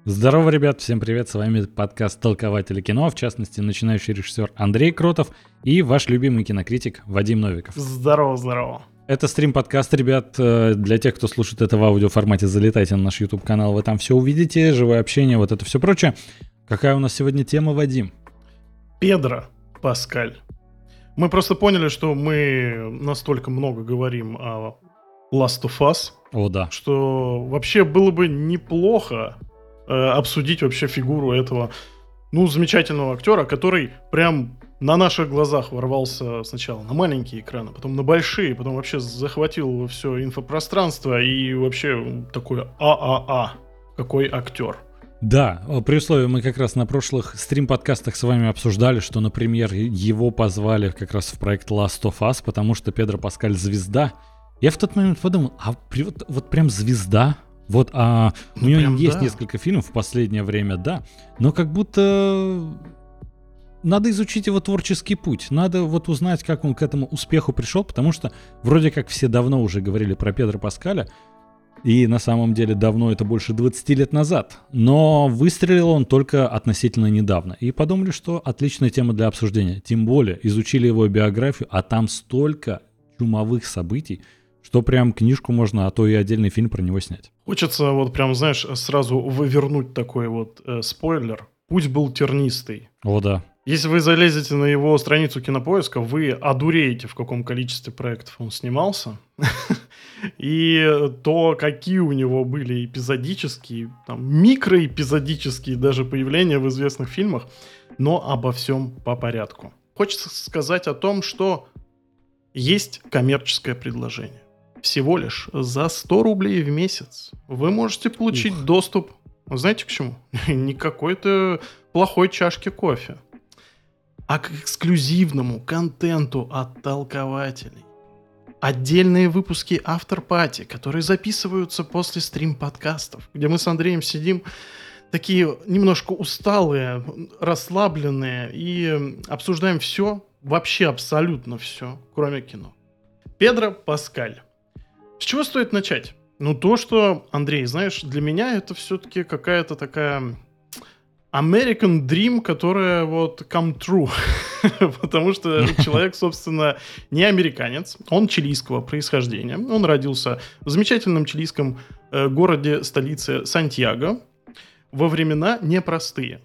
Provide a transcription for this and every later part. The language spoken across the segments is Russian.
Здорово, ребят, всем привет, с вами подкаст «Толкователи кино», в частности, начинающий режиссер Андрей Кротов и ваш любимый кинокритик Вадим Новиков. Здорово. Это стрим-подкаст, ребят, для тех, кто слушает это в аудиоформате, залетайте на наш YouTube-канал, вы там все увидите, живое общение, вот это все прочее. Какая у нас сегодня тема, Вадим? Педро Паскаль. Мы просто поняли, что мы настолько много говорим о Last of Us, О, да. что вообще было бы неплохо обсудить вообще фигуру этого, замечательного актера, который прям на наших глазах ворвался сначала на маленькие экраны, потом на большие, потом вообще захватил все инфопространство и вообще такой какой актер. Да, при условии мы как раз на прошлых стрим-подкастах с вами обсуждали, что, например, его позвали как раз в проект Last of Us, потому что Педро Паскаль звезда. Я в тот момент подумал, вот прям звезда? У него есть несколько фильмов в последнее время, да, но как будто надо изучить его творческий путь, надо вот узнать, как он к этому успеху пришел, потому что вроде как все давно уже говорили про Педро Паскаля, и на самом деле давно это больше 20 лет назад, но выстрелил он только относительно недавно, и подумали, что отличная тема для обсуждения, тем более изучили его биографию, а там столько чумовых событий, что прям книжку можно, а то и отдельный фильм про него снять. Хочется вот прям, знаешь, сразу вывернуть такой вот спойлер. Путь был тернистый. О, да. Если вы залезете на его страницу Кинопоиска, вы одуреете, в каком количестве проектов он снимался. И то, какие у него были эпизодические, микроэпизодические даже появления в известных фильмах. Но обо всем по порядку. Хочется сказать о том, что есть коммерческое предложение. Всего лишь за 100 рублей в месяц вы можете получить доступ, знаете к чему? Не к какой-то плохой чашке кофе, а к эксклюзивному контенту от толкователей. Отдельные выпуски автор-пати, которые записываются после стрим-подкастов, где мы с Андреем сидим такие немножко усталые, расслабленные и обсуждаем все, вообще абсолютно все, кроме кино. Педро Паскаль. С чего стоит начать? То, что, Андрей, знаешь, для меня это все-таки какая-то такая American Dream, которая вот come true. Потому что человек, собственно, не американец, он чилийского происхождения. Он родился в замечательном чилийском городе, столице Сантьяго, во времена непростые.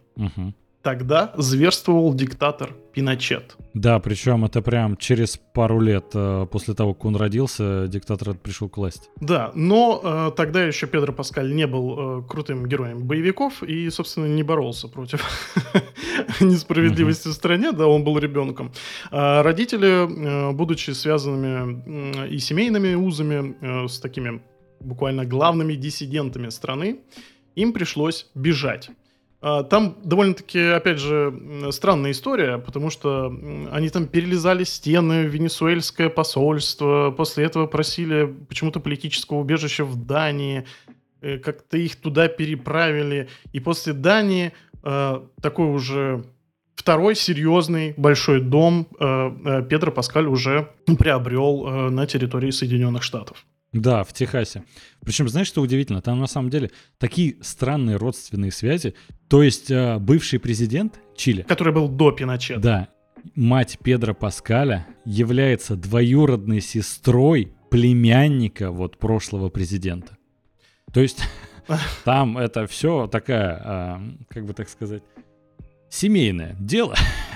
Тогда зверствовал диктатор Пиночет. Да, причем это прям через пару лет после того, как он родился, диктатор пришел к власти. Да, но тогда еще Педро Паскаль не был крутым героем боевиков и, собственно, не боролся против несправедливости в стране, да, он был ребенком. Родители, будучи связанными и семейными узами с такими буквально главными диссидентами страны, им пришлось бежать. Там довольно-таки, опять же, странная история, потому что они там перелезали стены, венесуэльское посольство, после этого просили почему-то политического убежища в Дании, как-то их туда переправили, и после Дании такой уже второй серьезный большой дом Педро Паскаль уже приобрел на территории Соединенных Штатов. Да, в Техасе. Причем, знаешь, что удивительно? Там на самом деле такие странные родственные связи. То есть бывший президент Чили, который был до Пиночета. Да, мать Педро Паскаля является двоюродной сестрой племянника вот прошлого президента. То есть там это все такая, как бы так сказать, семейное дело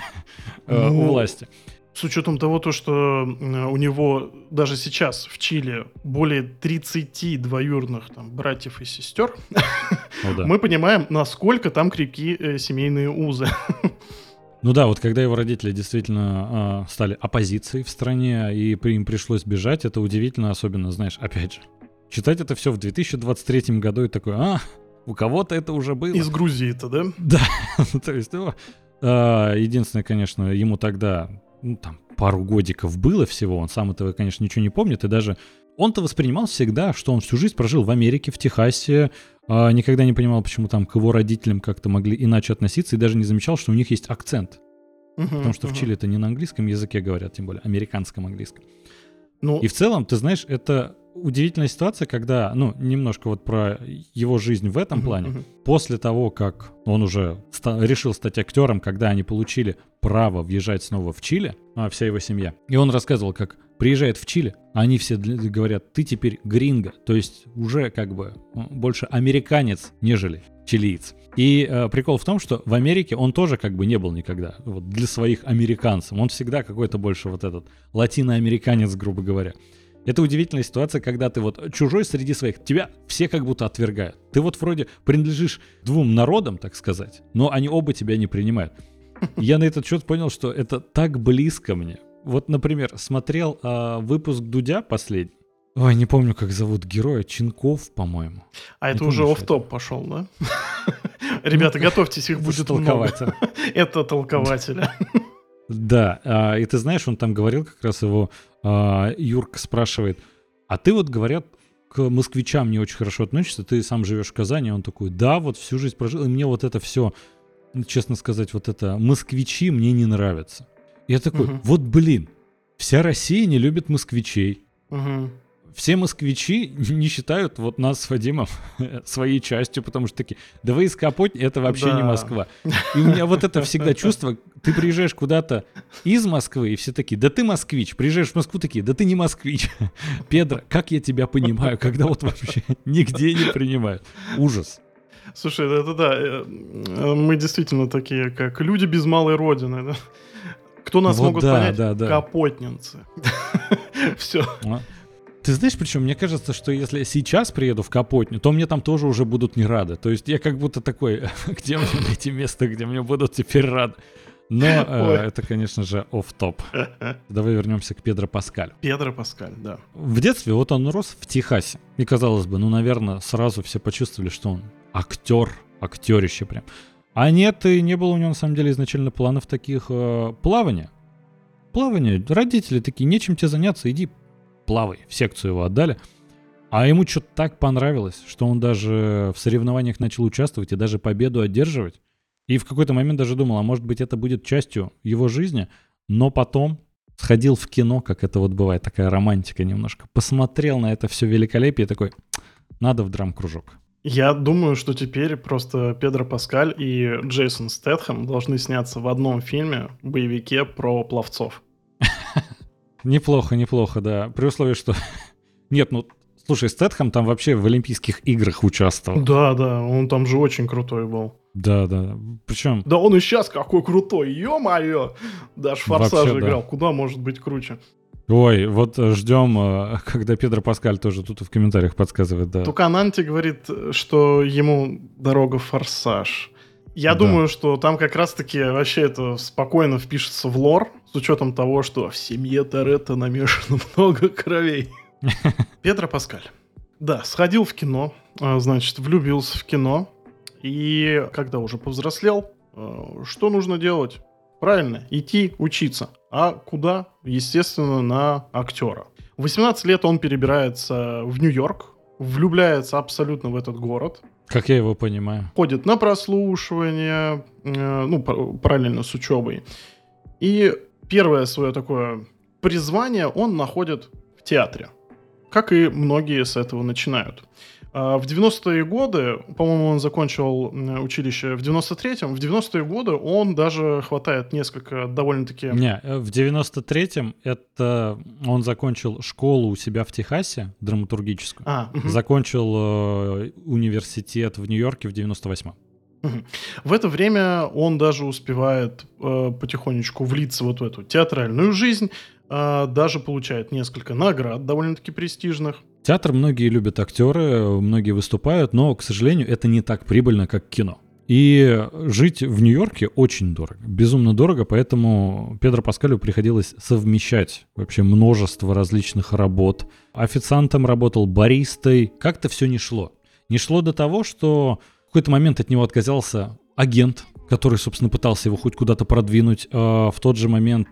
у власти. С учетом того, что у него даже сейчас в Чили более 30 двоюродных братьев и сестер, мы понимаем, насколько там крепки семейные узы. Ну да, вот когда его родители действительно стали оппозицией в стране, и им пришлось бежать, это удивительно, особенно, знаешь, опять же, читать это все в 2023 году и такой, у кого-то это уже было. Из Грузии-то, да? Да, то есть, единственное, конечно, ему тогда... пару годиков было всего, он сам этого, конечно, ничего не помнит, и даже он-то воспринимал всегда, что он всю жизнь прожил в Америке, в Техасе, никогда не понимал, почему там к его родителям как-то могли иначе относиться, и даже не замечал, что у них есть акцент, потому что в Чили это не на английском языке говорят, тем более американском английском. Ну, И в целом, ты знаешь, это удивительная ситуация, когда, немножко вот про его жизнь в этом плане. После того, как он уже решил стать актером, когда они получили право въезжать снова в Чили, вся его семья, и он рассказывал, как приезжает в Чили, а они все говорят, ты теперь гринго, то есть уже как бы больше американец, нежели чилиец. И прикол в том, что в Америке он тоже как бы не был никогда вот, для своих американцев. Он всегда какой-то больше вот этот латиноамериканец, грубо говоря. Это удивительная ситуация, когда ты вот чужой среди своих, тебя все как будто отвергают. Ты вот вроде принадлежишь двум народам, так сказать, но они оба тебя не принимают. Я на этот счет понял, что это так близко мне. Вот, например, смотрел выпуск Дудя последний. Ой, не помню, как зовут героя, Ченков, по-моему. А это уже офф-топ пошел, да? Ребята, готовьтесь, их будет много. Это толкователя. Да, и ты знаешь, он там говорил, как раз его Юрка спрашивает, а ты вот, говорят, к москвичам не очень хорошо относишься, ты сам живешь в Казани, он такой, да, вот всю жизнь прожил, и мне вот это все, честно сказать, вот это москвичи мне не нравятся. Я такой, вот блин, вся Россия не любит москвичей. Все москвичи не считают вот нас с Вадимом своей частью, потому что такие, да вы из Капотни, это вообще не Москва. И у меня вот это всегда чувство, ты приезжаешь куда-то из Москвы, и все такие, да ты москвич. Приезжаешь в Москву, такие, да ты не москвич. Педро, как я тебя понимаю, когда вот вообще нигде не принимают. Ужас. Слушай, это да, мы действительно такие, как люди без малой родины, да? Кто нас вот могут понять? Капотнинцы. Все. Ты знаешь, причем мне кажется, что если я сейчас приеду в Капотню, то мне там тоже уже будут не рады. То есть я как будто такой, где мне найти место, где мне будут теперь рады. Но это, конечно же, офф-топ. Давай вернемся к Педро Паскалю. Педро Паскаль, да. В детстве вот он рос в Техасе. И казалось бы, наверное, сразу все почувствовали, что он актерище прям. А нет, и не было у него на самом деле изначально планов таких плавания. Родители такие, нечем тебе заняться, иди плавай. В секцию его отдали. А ему что-то так понравилось, что он даже в соревнованиях начал участвовать и даже победу одерживать. И в какой-то момент даже думал, а может быть это будет частью его жизни. Но потом сходил в кино, как это вот бывает, такая романтика немножко. Посмотрел на это все великолепие и такой, надо в драм-кружок. Я думаю, что теперь просто Педро Паскаль и Джейсон Стэтхэм должны сняться в одном фильме, боевике про пловцов. Неплохо, да. При условии, что... Нет, слушай, Стэтхэм там вообще в Олимпийских играх участвовал. Да, он там же очень крутой был. Да. Причем... Да он и сейчас какой крутой, ё-моё! Даже «Форсаж» играл, да. Куда может быть круче? Ой, вот ждем, когда Педро Паскаль тоже тут в комментариях подсказывает, да. Тукананти говорит, что ему дорога в «Форсаж». Я думаю, что там как раз-таки вообще это спокойно впишется в лор, с учетом того, что в семье Торетто намешано много кровей. Педро Паскаль. Да, сходил в кино, значит, влюбился в кино. И когда уже повзрослел, что нужно делать? Правильно, идти учиться. А куда? Естественно, на актера. В 18 лет он перебирается в Нью-Йорк, влюбляется абсолютно в этот город. Как я его понимаю. Ходит на прослушивание, параллельно с учебой. И первое свое такое призвание он находит в театре. Как и многие с этого начинают. В 90-е годы, по-моему, он закончил училище в 93-м, в 90-е годы он даже хватает несколько довольно-таки... Не, в 93-м это он закончил школу у себя в Техасе, драматургическую. Закончил университет в Нью-Йорке в 98-м. В это время он даже успевает потихонечку влиться вот в эту театральную жизнь, даже получает несколько наград довольно-таки престижных. Театр многие любят актеры, многие выступают, но, к сожалению, это не так прибыльно, как кино. И жить в Нью-Йорке очень дорого, безумно дорого, поэтому Педро Паскалю приходилось совмещать вообще множество различных работ. Официантом работал, баристой, как-то все не шло. Не шло до того, что в какой-то момент от него отказался агент, который, собственно, пытался его хоть куда-то продвинуть. В тот же момент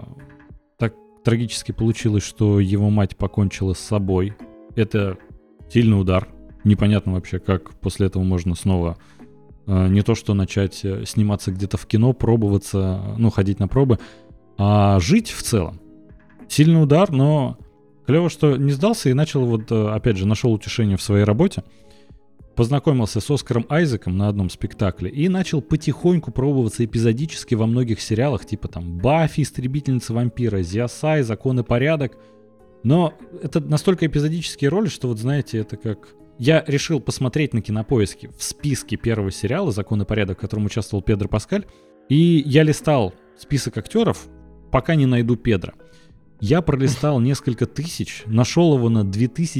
так трагически получилось, что его мать покончила с собой. Это сильный удар. Непонятно вообще, как после этого можно снова не то что начать сниматься где-то в кино, пробоваться, ходить на пробы, а жить в целом. Сильный удар, но Клево, что не сдался и начал вот, опять же, нашел утешение в своей работе. Познакомился с Оскаром Айзеком на одном спектакле и начал потихоньку пробоваться эпизодически во многих сериалах, типа там «Баффи, Истребительница вампира», «Зиасай», «Закон и порядок». Но это настолько эпизодические роли, что вот знаете, это как... Я решил посмотреть на Кинопоиске в списке первого сериала «Закон и порядок», в котором участвовал Педро Паскаль, и я листал список актеров, пока не найду Педро. Я пролистал несколько тысяч, нашел его на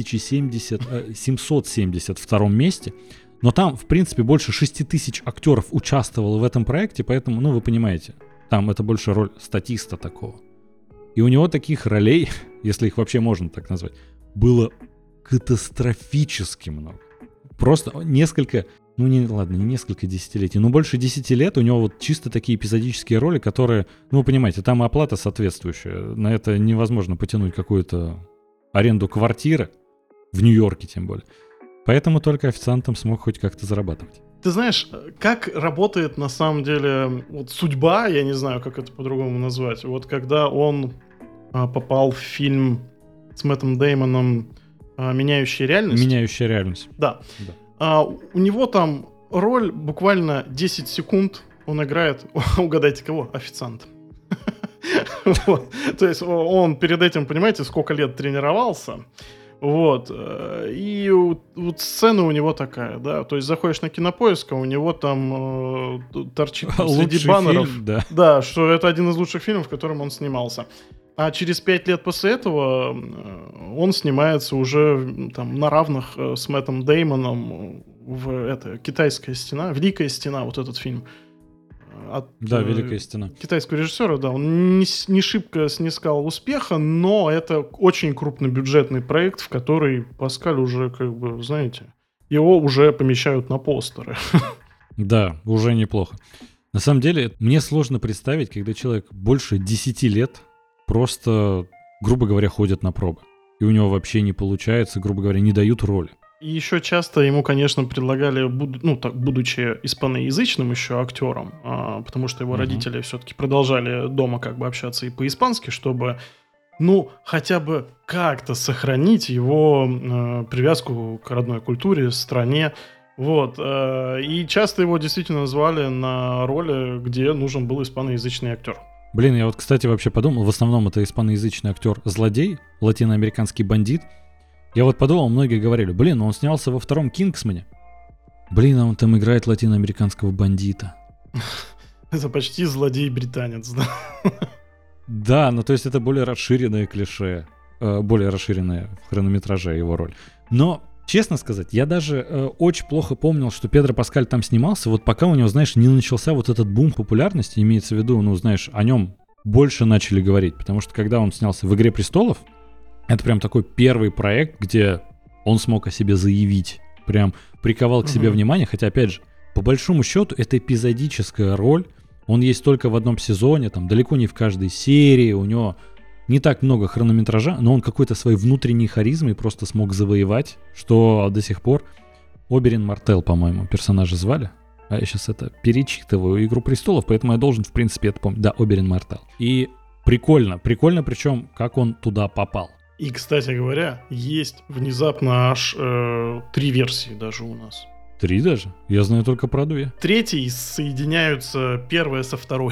2772 месте, но там, в принципе, больше 6000 актеров участвовало в этом проекте, поэтому, ну, вы понимаете, там это больше роль статиста такого. И у него таких ролей, если их вообще можно так назвать, было катастрофически много. Просто несколько, не несколько десятилетий, но больше 10 лет у него вот чисто такие эпизодические роли, которые, ну вы понимаете, там оплата соответствующая. На это невозможно потянуть какую-то аренду квартиры, в Нью-Йорке тем более. Поэтому только официантом смог хоть как-то зарабатывать. Ты знаешь, как работает на самом деле вот судьба, я не знаю, как это по-другому назвать, вот когда он попал в фильм с Мэттом Дэймоном «Меняющая реальность». «Меняющая реальность». Да. У него там роль буквально 10 секунд, он играет, угадайте кого? Официант. То есть он перед этим, понимаете, сколько лет тренировался. Вот. И вот сцена у него такая, да. То есть заходишь на Кинопоиск, а у него там торчит среди баннеров. Фильм, да. Да, что это один из лучших фильмов, в котором он снимался. А через 5 лет после этого он снимается уже там на равных с Мэттом Дэймоном в «Китайская стена», «Великая стена», вот этот фильм. Да, «Великая стена». Китайского режиссера, да, он не шибко снискал успеха, но это очень крупнобюджетный проект, в который Паскаль уже, как бы, знаете, его уже помещают на постеры. Да, уже неплохо. На самом деле, мне сложно представить, когда человек больше 10 лет просто, грубо говоря, ходит на пробы. И у него вообще не получается, грубо говоря, не дают роли. И еще часто ему, конечно, предлагали, будучи испаноязычным еще актером, потому что его родители все-таки продолжали дома как бы общаться и по-испански, чтобы, хотя бы как-то сохранить его привязку к родной культуре, стране. Вот. И часто его действительно звали на роли, где нужен был испаноязычный актер. Блин, я вот, кстати, вообще подумал, в основном это испаноязычный актер-злодей, латиноамериканский бандит. Я вот подумал, многие говорили, он снялся во втором «Кингсмане». А он там играет латиноамериканского бандита. Это почти злодей-британец, да? Да, то есть это более расширенное клише, более расширенная в хронометраже его роль. Но, честно сказать, я даже очень плохо помнил, что Педро Паскаль там снимался, вот пока у него, знаешь, не начался вот этот бум популярности, имеется в виду, о нем больше начали говорить, потому что когда он снялся в «Игре престолов», это прям такой первый проект, где он смог о себе заявить, прям приковал к себе внимание, хотя, опять же, по большому счету, это эпизодическая роль, он есть только в одном сезоне, там далеко не в каждой серии, у него не так много хронометража, но он какой-то своей внутренней харизмой просто смог завоевать, что до сих пор Оберин Мартелл, по-моему, персонажа звали, а я сейчас это перечитываю «Игру престолов», поэтому я должен, в принципе, это помнить. Да, Оберин Мартелл. И прикольно, причем, как он туда попал. И, кстати говоря, есть внезапно аж 3 версии даже у нас. 3 даже? Я знаю только про 2. Третьи соединяются первая со второй.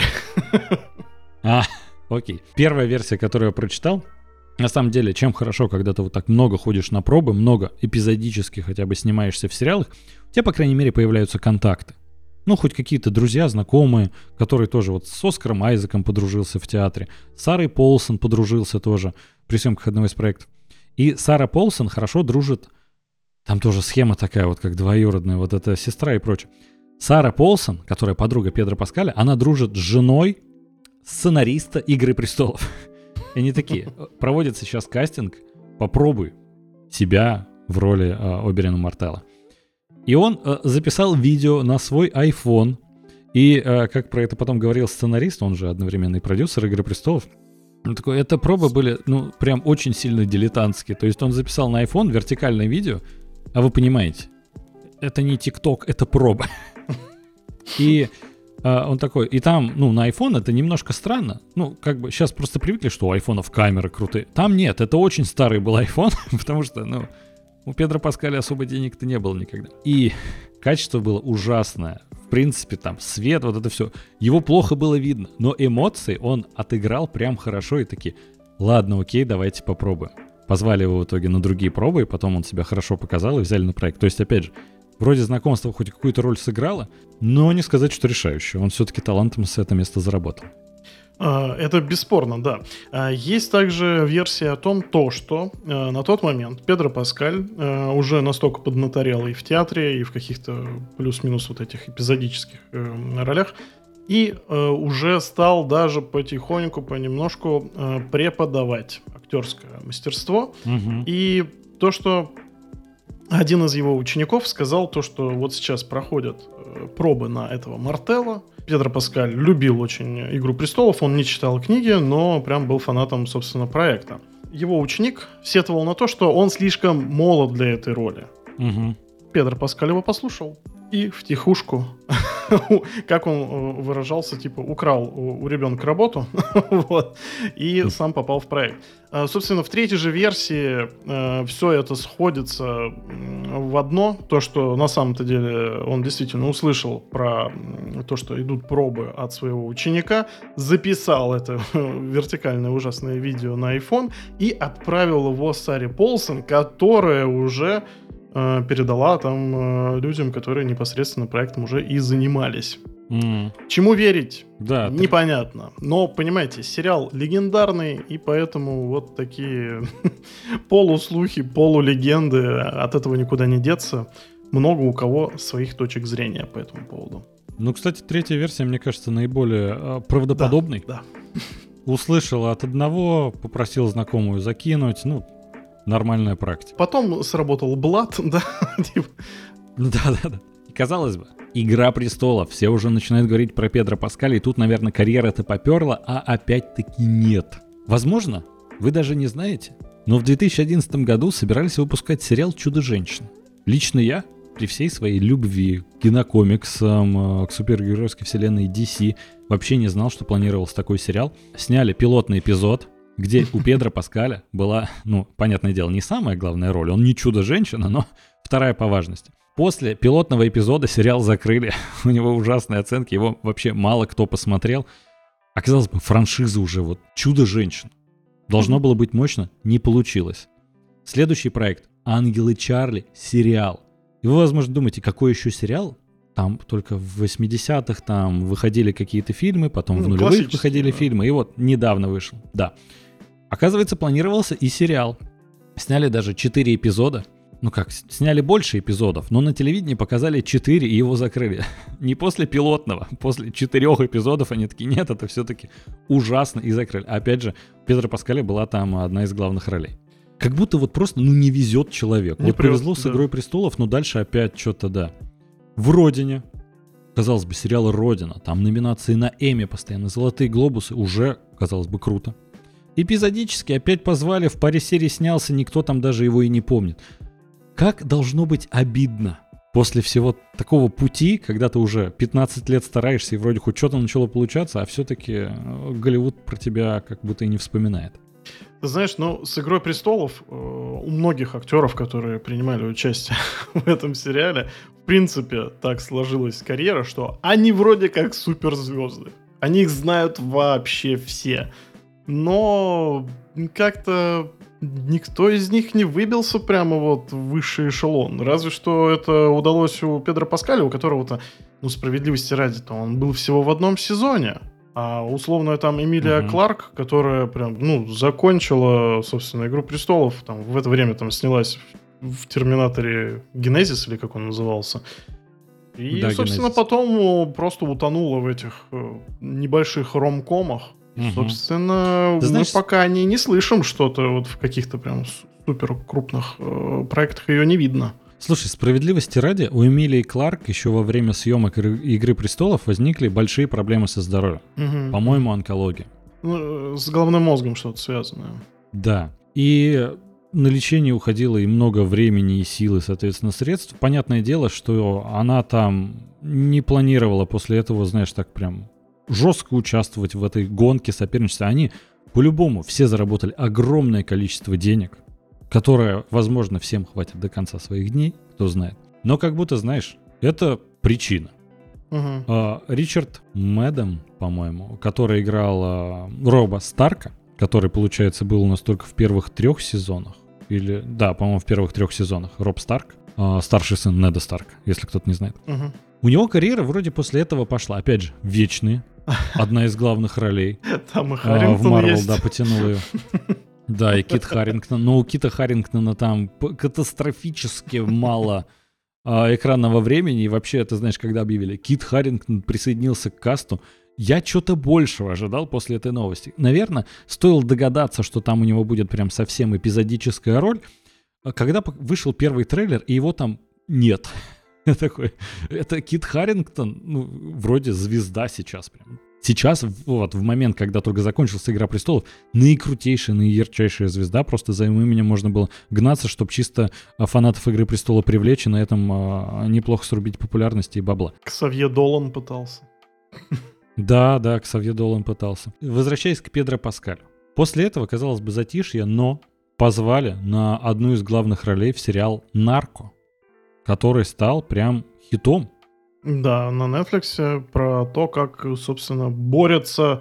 Окей. Первая версия, которую я прочитал, на самом деле, чем хорошо, когда ты вот так много ходишь на пробы, много эпизодически хотя бы снимаешься в сериалах, у тебя, по крайней мере, появляются контакты. Хоть какие-то друзья, знакомые, которые тоже вот с Оскаром Айзеком подружился в театре, с Сарой Полсон подружился тоже при съемках одного из проектов. И Сара Полсон хорошо дружит, там тоже схема такая вот, как двоюродная, вот эта сестра и прочее. Сара Полсон, которая подруга Педро Паскаля, она дружит с женой сценариста «Игры престолов». И они такие, проводится сейчас кастинг, попробуй себя в роли Оберина Мартелла. И он записал видео на свой iPhone. И, как про это потом говорил сценарист, он же одновременный продюсер «Игры престолов», он такой, это пробы были, прям очень сильно дилетантские. То есть он записал на iPhone вертикальное видео, а вы понимаете, это не ТикТок, это проба. И Он такой, и там, на iPhone это немножко странно. Сейчас просто привыкли, что у айфонов камеры крутые. Там нет, это очень старый был iPhone, потому что, у Педро Паскаля особо денег-то не было никогда. И качество было ужасное. В принципе, там свет, вот это все. Его плохо было видно, но эмоции он отыграл прям хорошо и такие, ладно, окей, давайте попробуем. Позвали его в итоге на другие пробы, и потом он себя хорошо показал и взяли на проект. То есть, опять же, вроде знакомство хоть какую-то роль сыграло, но не сказать, что решающую. Он все-таки талантом с это место заработал. Это бесспорно, да. Есть также версия о том, что на тот момент Педро Паскаль уже настолько поднаторял и в театре, и в каких-то плюс-минус вот этих эпизодических ролях, и уже стал даже потихоньку, понемножку преподавать актерское мастерство. Угу. И то, что один из его учеников сказал, что вот сейчас проходят пробы на этого Мартелла. Педро Паскаль любил очень «Игру престолов», он не читал книги, но прям был фанатом, собственно, проекта. Его ученик сетовал на то, что он слишком молод для этой роли. Угу. Педро Паскаль его послушал и втихушку, как он выражался, украл у ребенка работу, и сам попал в проект. Собственно, в третьей же версии все это сходится в одно, то, что на самом-то деле он действительно услышал про то, что идут пробы от своего ученика, записал это вертикальное ужасное видео на iPhone и отправил его Саре Полсон, которая уже передала там людям, которые непосредственно проектом уже и занимались. Чему верить? Да, непонятно. Но, понимаете, сериал легендарный, и поэтому вот такие полуслухи, полулегенды, от этого никуда не деться. Много у кого своих точек зрения по этому поводу. Кстати, третья версия, мне кажется, наиболее правдоподобной. Да. Услышал от одного, попросил знакомую закинуть, нормальная практика. Потом сработал блат, да? Да. Казалось бы, «Игра престолов», все уже начинают говорить про Педро Паскаля, и тут, наверное, карьера-то поперла, а опять-таки нет. Возможно, вы даже не знаете, но в 2011 году собирались выпускать сериал «Чудо-женщина». Лично я, при всей своей любви к кинокомиксам, к супергеройской вселенной DC, вообще не знал, что планировался такой сериал. Сняли пилотный эпизод, где у Педро Паскаля была, понятное дело, не самая главная роль, он не чудо-женщина, но вторая по важности. После пилотного эпизода сериал закрыли, у него ужасные оценки, его вообще мало кто посмотрел. Оказалось бы, франшиза уже «Чудо-женщина». Должно было быть мощно, не получилось. Следующий проект «Ангелы Чарли», сериал. И вы, возможно, думаете, какой еще сериал? Там только в 80-х там выходили какие-то фильмы, потом в нулевых выходили фильмы, и вот недавно вышел. Да. Оказывается, планировался и сериал. Сняли даже 4 эпизода. Сняли больше эпизодов, но на телевидении показали 4 и его закрыли. Не после пилотного, после 4 эпизодов они такие, нет, это все-таки ужасно, и закрыли. Опять же, у Педро Паскаля была там одна из главных ролей. Как будто просто, не везет человеку. Вот повезло с «Игрой престолов», но дальше опять что-то, да. В «Родине». Казалось бы, сериал «Родина». Там номинации на Эмми постоянно, «Золотые глобусы». Уже, казалось бы, круто. Эпизодически опять позвали, в паре серий снялся, никто там даже его и не помнит. Как должно быть обидно после всего такого пути, когда ты уже 15 лет стараешься и вроде хоть что-то начало получаться, а все-таки Голливуд про тебя как будто и не вспоминает. Ты знаешь, с «Игрой престолов» у многих актеров, которые принимали участие в этом сериале, в принципе, так сложилась карьера, что они вроде как суперзвезды. Они их знают вообще все. Но как-то никто из них не выбился прямо в высший эшелон. Разве что это удалось у Педро Паскаля, у которого-то, справедливости ради-то, он был всего в одном сезоне. А условно там Эмилия Кларк, которая прям, закончила, собственно, «Игру престолов», там в это время там снялась в «Терминаторе Генезис», или как он назывался. И, да, собственно, Генезис. Потом просто утонула в этих небольших ромкомах. Собственно, мы пока не слышим что-то в каких-то прям супер крупных проектах, ее не видно. Слушай, справедливости ради, у Эмилии Кларк еще во время съемок «Игры престолов» возникли большие проблемы со здоровьем. По-моему, онкология. С головным мозгом что-то связанное. Да. И на лечение уходило и много времени, и сил, и, соответственно, средств. Понятное дело, что она там не планировала после этого, знаешь, так прям жестко участвовать в этой гонке соперничества. Они по-любому все заработали огромное количество денег, которое, возможно, всем хватит до конца своих дней, кто знает. Но как будто, знаешь, это причина. Ричард Мэддам, по-моему, который играл Роба Старка, который, получается, был у нас только в первых 3 сезонах. Или, да, по-моему, в первых 3 сезонах. Роб Старк, старший сын Неда Старка, если кто-то не знает. У него карьера вроде после этого пошла. Опять же, вечные. Одна из главных ролей. Там и Харрингтон в Марвел, есть. да, потянул ее. Да, и Кит Харрингтон. Но у Кита Харрингтона там катастрофически мало экранного времени. И вообще, ты знаешь, когда объявили, Кит Харрингтон присоединился к касту, я что-то большего ожидал после этой новости. Наверное, стоило догадаться, что там у него будет прям совсем эпизодическая роль. Когда вышел первый трейлер, и его там нет. Я такой, это Кит Харрингтон, ну, вроде звезда сейчас прям. Сейчас, вот, в момент, когда только закончилась «Игра престолов», наикрутейшая, наиярчайшая звезда, просто за его именем можно было гнаться, чтобы чисто фанатов «Игры престолов» привлечь и на этом неплохо срубить популярности и бабла. Ксавье Долан пытался. Да, Ксавье Долан пытался. Возвращаясь к Педро Паскалю. После этого, казалось бы, затишье, но позвали на одну из главных ролей в сериал «Нарко», который стал прям хитом. Да, на Netflix про то, как, собственно, борются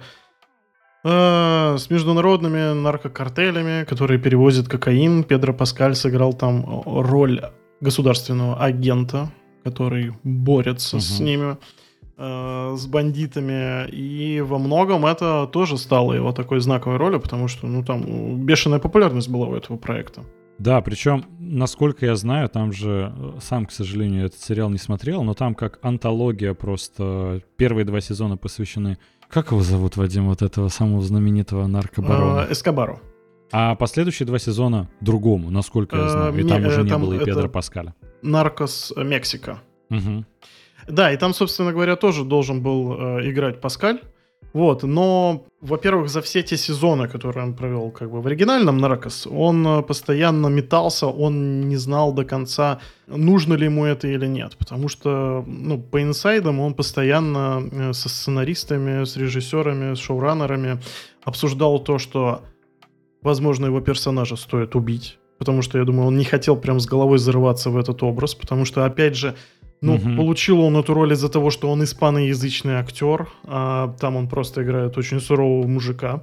с международными наркокартелями, которые перевозят кокаин. Педро Паскаль сыграл там роль государственного агента, который борется с ними, с бандитами. И во многом это тоже стало его такой знаковой ролью, потому что, ну, там бешеная популярность была у этого проекта. Да, причем, насколько я знаю, там же, сам, к сожалению, этот сериал не смотрел, но там как антология просто, первые 2 сезона посвящены, как его зовут, Вадим, вот этого самого знаменитого наркобарона? Эскобару. А последующие 2 сезона другому, насколько я знаю, и там уже не было и Педро Паскаля. Наркос Мексика. Угу. Да, и там, собственно говоря, тоже должен был играть Паскаль. Вот, но, во-первых, за все те сезоны, которые он провел как бы в оригинальном «Наркос», он постоянно метался, он не знал до конца, нужно ли ему это или нет, потому что, ну, по инсайдам он постоянно со сценаристами, с режиссерами, с шоураннерами обсуждал то, что, возможно, его персонажа стоит убить, потому что, я думаю, он не хотел прям с головой зарываться в этот образ, потому что, опять же, ну, получил он эту роль из-за того, что он испаноязычный актер, там он просто играет очень сурового мужика,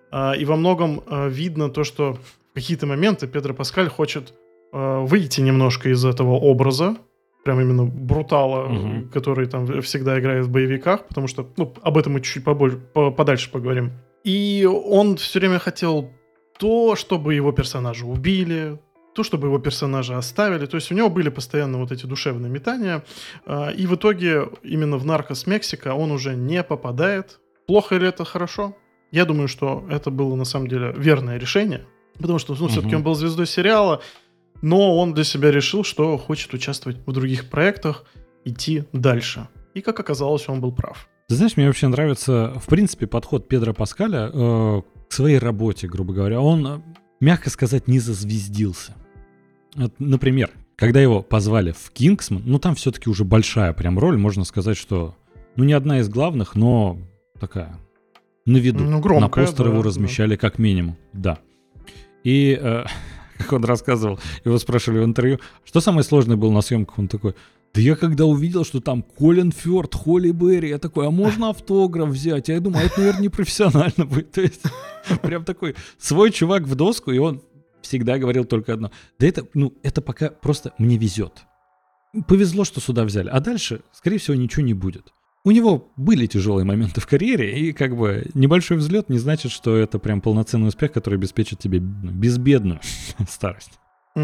и во многом видно то, что в какие-то моменты Педро Паскаль хочет выйти немножко из этого образа, прям именно брутала, который там всегда играет в боевиках, потому что, ну, об этом мы чуть-чуть подальше поговорим. И он все время хотел то, чтобы его персонажа убили, то, чтобы его персонажа оставили. То есть у него были постоянно вот эти душевные метания. И в итоге именно в «Наркос Мексика» он уже не попадает. Плохо или это хорошо? Я думаю, что это было на самом деле верное решение. Потому что, ну, все-таки он был звездой сериала, но он для себя решил, что хочет участвовать в других проектах, идти дальше. И, как оказалось, он был прав. Ты знаешь, мне вообще нравится, в принципе, подход Педро Паскаля к своей работе, грубо говоря. Он, мягко сказать, не зазвездился. Вот, например, когда его позвали в «Кингсман», ну там все-таки уже большая прям роль, можно сказать, что, ну, не одна из главных, но такая на виду. Ну, громкая, на постер его размещали как минимум, да. И, как он рассказывал, его спрашивали в интервью, что самое сложное было на съемках, он такой: да я когда увидел, что там Колин Фёрд, Холли Берри, я такой, а можно автограф взять? А я думаю, это, наверное, непрофессионально будет. То есть прям такой свой чувак в доску, и он всегда говорил только одно: да это, ну, это пока просто мне везет. Повезло, что сюда взяли. А дальше, скорее всего, ничего не будет. У него были тяжелые моменты в карьере, и как бы небольшой взлет не значит, что это прям полноценный успех, который обеспечит тебе безбедную старость.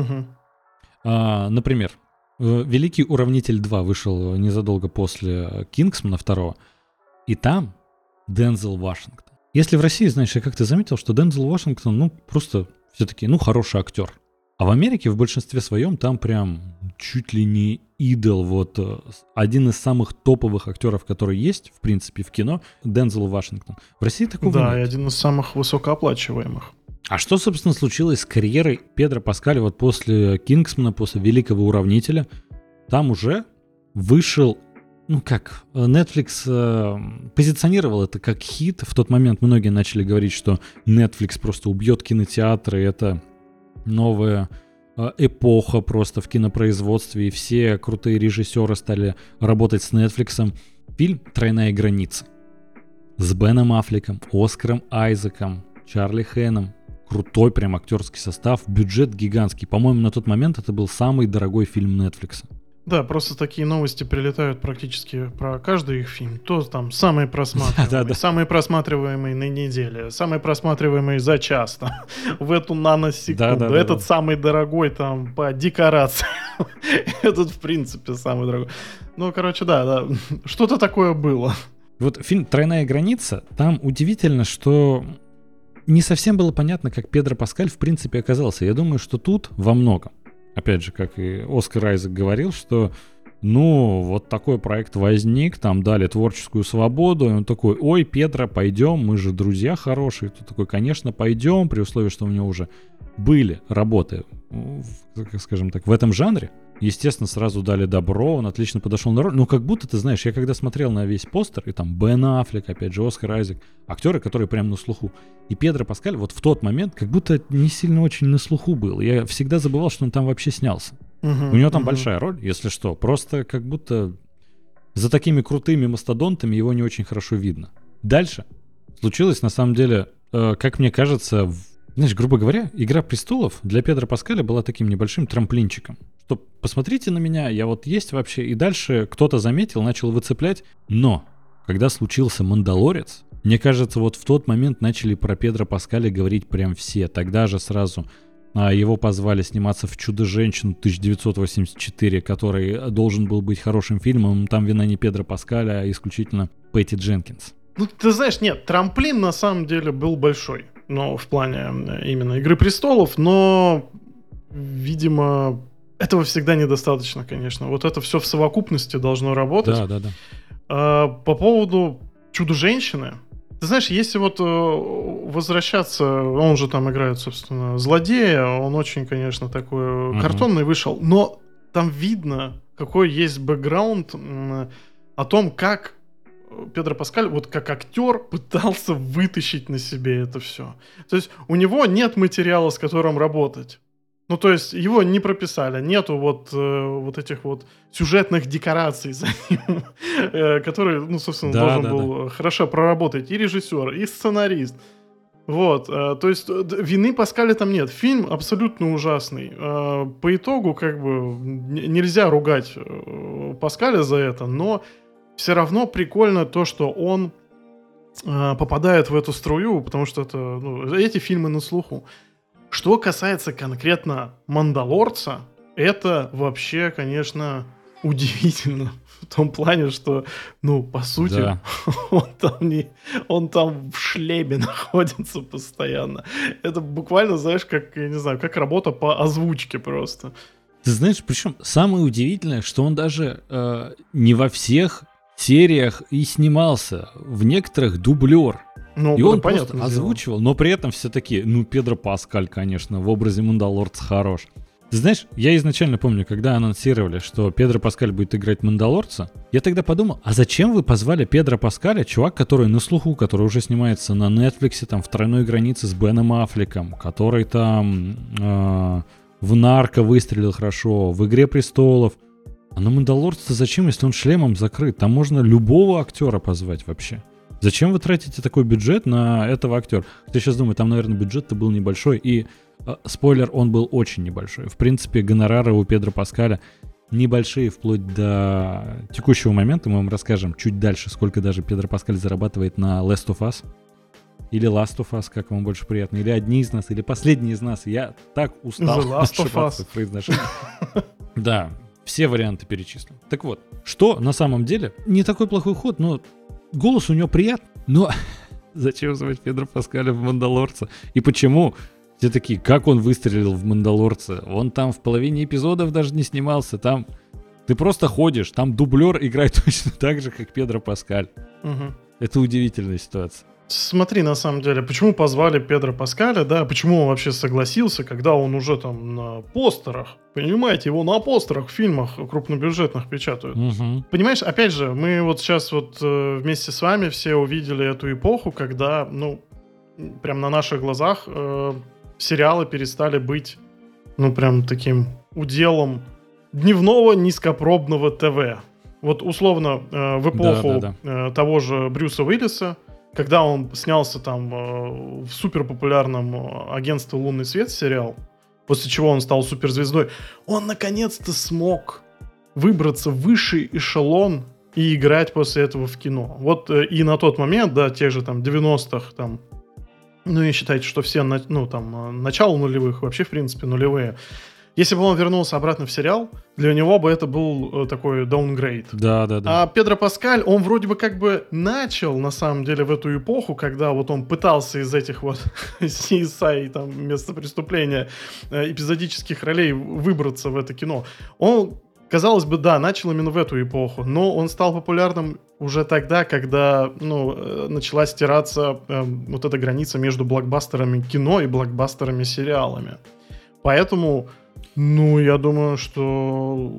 Например, «Великий уравнитель 2» вышел незадолго после «Кингсмана» 2, и там Дензел Вашингтон. Если в России, знаешь, я как-то заметил, что Дензел Вашингтон, ну, просто все-таки, ну, хороший актер. А в Америке в большинстве своем там прям чуть ли не идол, вот один из самых топовых актеров, который есть, в принципе, в кино, Дензел Вашингтон. В России такого нет. Да, и один из самых высокооплачиваемых. А что, собственно, случилось с карьерой Педро Паскаля вот после «Кингсмана», после «Великого уравнителя»? Там уже вышел, Netflix позиционировал это как хит. В тот момент многие начали говорить, что Netflix просто убьет кинотеатры, это новая эпоха просто в кинопроизводстве, и все крутые режиссеры стали работать с Netflix. Фильм «Тройная граница» с Беном Аффлеком, Оскаром Айзеком, Чарли Хэном. Крутой прям актерский состав, бюджет гигантский. По-моему, на тот момент это был самый дорогой фильм Netflix. Да, просто такие новости прилетают практически про каждый их фильм. То там самый просматриваемый, самый просматриваемый на неделе, самый просматриваемый за час, там, в эту наносекунду. Этот самый дорогой там по декорации. Этот, в принципе, самый дорогой. Ну, короче, да, что-то такое было. Вот фильм «Тройная граница», там удивительно, что не совсем было понятно, как Педро Паскаль в принципе оказался. Я думаю, что тут во многом. Опять же, как и Оскар Айзек говорил, что вот такой проект возник, там дали творческую свободу, и он такой: ой, Педро, пойдем, мы же друзья хорошие. Тут такой: конечно, пойдем, при условии, что у него уже были работы, скажем так, в этом жанре. Естественно, сразу дали добро, он отлично подошел на роль. Но как будто, ты знаешь, я когда смотрел на весь постер, и там Бен Аффлек, опять же, Оскар Айзек, актеры, которые прям на слуху, и Педро Паскаль вот в тот момент как будто не сильно очень на слуху был. Я всегда забывал, что он там вообще снялся. У него там большая роль, если что. Просто как будто за такими крутыми мастодонтами его не очень хорошо видно. Дальше случилось, на самом деле, как мне кажется, знаешь, грубо говоря, «Игра престолов» для Педро Паскаля была таким небольшим трамплинчиком. Что посмотрите на меня, я вот есть вообще. И дальше кто-то заметил, начал выцеплять. Но когда случился «Мандалорец», мне кажется, вот в тот момент начали про Педро Паскаля говорить прям все. Тогда же сразу его позвали сниматься в «Чудо-женщину» 1984, который должен был быть хорошим фильмом. Там вина не Педро Паскаля, а исключительно Пэтти Дженкинс. Ну, ты знаешь, нет, трамплин на самом деле был большой. Но в плане именно «Игры престолов», но, видимо, этого всегда недостаточно, конечно. Вот это все в совокупности должно работать. Да. По поводу «Чудо-женщины», ты знаешь, если вот возвращаться, он же там играет, собственно, злодея, он очень, конечно, такой картонный вышел, но там видно, какой есть бэкграунд о том, как Педро Паскаль, вот как актер, пытался вытащить на себе это все. То есть у него нет материала, с которым работать. Ну, то есть его не прописали, нету вот этих вот сюжетных декораций за ним, которые, ну, собственно, должен был хорошо проработать и режиссер, и сценарист. Вот, то есть вины Паскаля там нет. Фильм абсолютно ужасный. По итогу, как бы, нельзя ругать Паскаля за это, но все равно прикольно то, что он попадает в эту струю, потому что это, эти фильмы на слуху. Что касается конкретно «Мандалорца», это вообще, конечно, удивительно. В том плане, что, по сути, он там в шлеме находится постоянно. Это буквально, знаешь, как, я не знаю, как работа по озвучке просто. Ты знаешь, причем самое удивительное, что он даже не во всех сериях и снимался. В некоторых дублер. И он просто озвучивал, но при этом все такие: Педро Паскаль, конечно, в образе Мандалорца хорош. Ты знаешь, я изначально помню, когда анонсировали, что Педро Паскаль будет играть Мандалорца, я тогда подумал: а зачем вы позвали Педро Паскаля, чувак, который на слуху, который уже снимается на Netflix, там, в «Тройной границе» с Беном Аффлеком, который там в «Нарко» выстрелил хорошо, в «Игре престолов». А на Мандалорца зачем, если он шлемом закрыт? Там можно любого актера позвать вообще. Зачем вы тратите такой бюджет на этого актера? Я сейчас думаю, там, наверное, бюджет-то был небольшой, и, спойлер, он был очень небольшой. В принципе, гонорары у Педро Паскаля небольшие вплоть до текущего момента. Мы вам расскажем чуть дальше, сколько даже Педро Паскаль зарабатывает на Last of Us. Или Last of Us, как вам больше приятно. Или «Одни из нас», или «Последние из нас». Я так устал ошибаться в произношении. Да, все варианты перечислим. Так вот, что на самом деле не такой плохой ход, но голос у него приятный. Но зачем звать Педро Паскаля в «Мандалорца»? И почему все такие: как он выстрелил в «Мандалорце»? Он там в половине эпизодов даже не снимался. Там ты просто ходишь, там дублер играет точно так же, как Педро Паскаль. Это удивительная ситуация. Смотри, на самом деле, почему позвали Педро Паскаля, да, почему он вообще согласился, когда он уже там на постерах, понимаете, его на постерах в фильмах крупнобюджетных печатают. Мгм. Понимаешь, опять же, мы вот сейчас вот вместе с вами все увидели эту эпоху, когда, ну, прям на наших глазах сериалы перестали быть, ну, прям таким уделом дневного низкопробного ТВ. Вот условно в эпоху того же Брюса Уиллиса, когда он снялся там в суперпопулярном «Агентстве Лунный свет» сериал, после чего он стал суперзвездой, он наконец-то смог выбраться в высший эшелон и играть после этого в кино. Вот и на тот момент, да, тех же там 90-х, там, ну и считайте, что все, ну там, начало нулевых, вообще в принципе нулевые, если бы он вернулся обратно в сериал, для него бы это был такой даунгрейд. Да. А Педро Паскаль, он вроде бы как бы начал, на самом деле, в эту эпоху, когда вот он пытался из этих вот CSI, там, места преступления, эпизодических ролей выбраться в это кино. Он, казалось бы, да, начал именно в эту эпоху, но он стал популярным уже тогда, когда, ну, начала стираться вот эта граница между блокбастерами кино и блокбастерами сериалами. Поэтому... Ну, я думаю, что...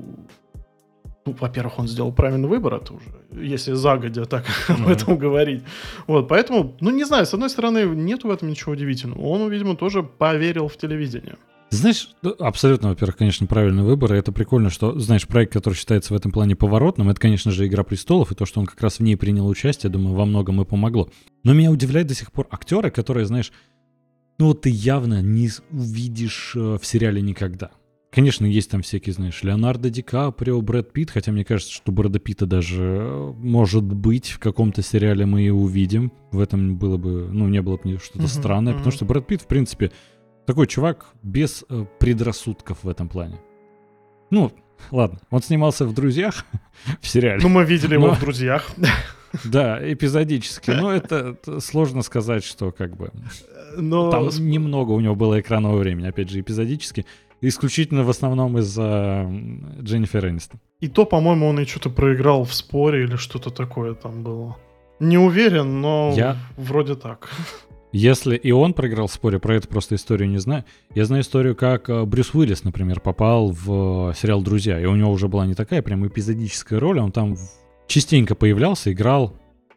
Ну, во-первых, он сделал правильный выбор, это уже, если загодя так об этом говорить. Вот, поэтому, ну, не знаю, с одной стороны, нету в этом ничего удивительного. Он, видимо, тоже поверил в телевидение. Знаешь, абсолютно, во-первых, конечно, правильный выбор, и это прикольно, что, знаешь, проект, который считается в этом плане поворотным, это, конечно же, «Игра престолов», и то, что он как раз в ней принял участие, думаю, во многом и помогло. Но меня удивляет до сих пор актеры, которые, знаешь, ну, вот ты явно не увидишь в сериале никогда. Конечно, есть там всякие, знаешь, Леонардо Ди Каприо, Брэд Питт, хотя мне кажется, что Брэда Питта даже, может быть, в каком-то сериале мы и увидим. В этом было бы, ну, не было бы что-то странное, потому что Брэд Питт, в принципе, такой чувак без предрассудков в этом плане. Ну, ладно, он снимался в «Друзьях» в сериале. Ну, мы видели его в «Друзьях». Да, эпизодически. Но это сложно сказать, что как бы... Но... Там немного у него было экранного времени, опять же, эпизодически. Исключительно в основном из-за Дженнифер Энистон. И то, по-моему, он и что-то проиграл в споре или что-то такое там было. Не уверен, но вроде так. Если и он проиграл в споре, про это просто историю не знаю. Я знаю историю, как Брюс Уиллис, например, попал в сериал «Друзья», и у него уже была не такая прям эпизодическая роль, он там частенько появлялся, играл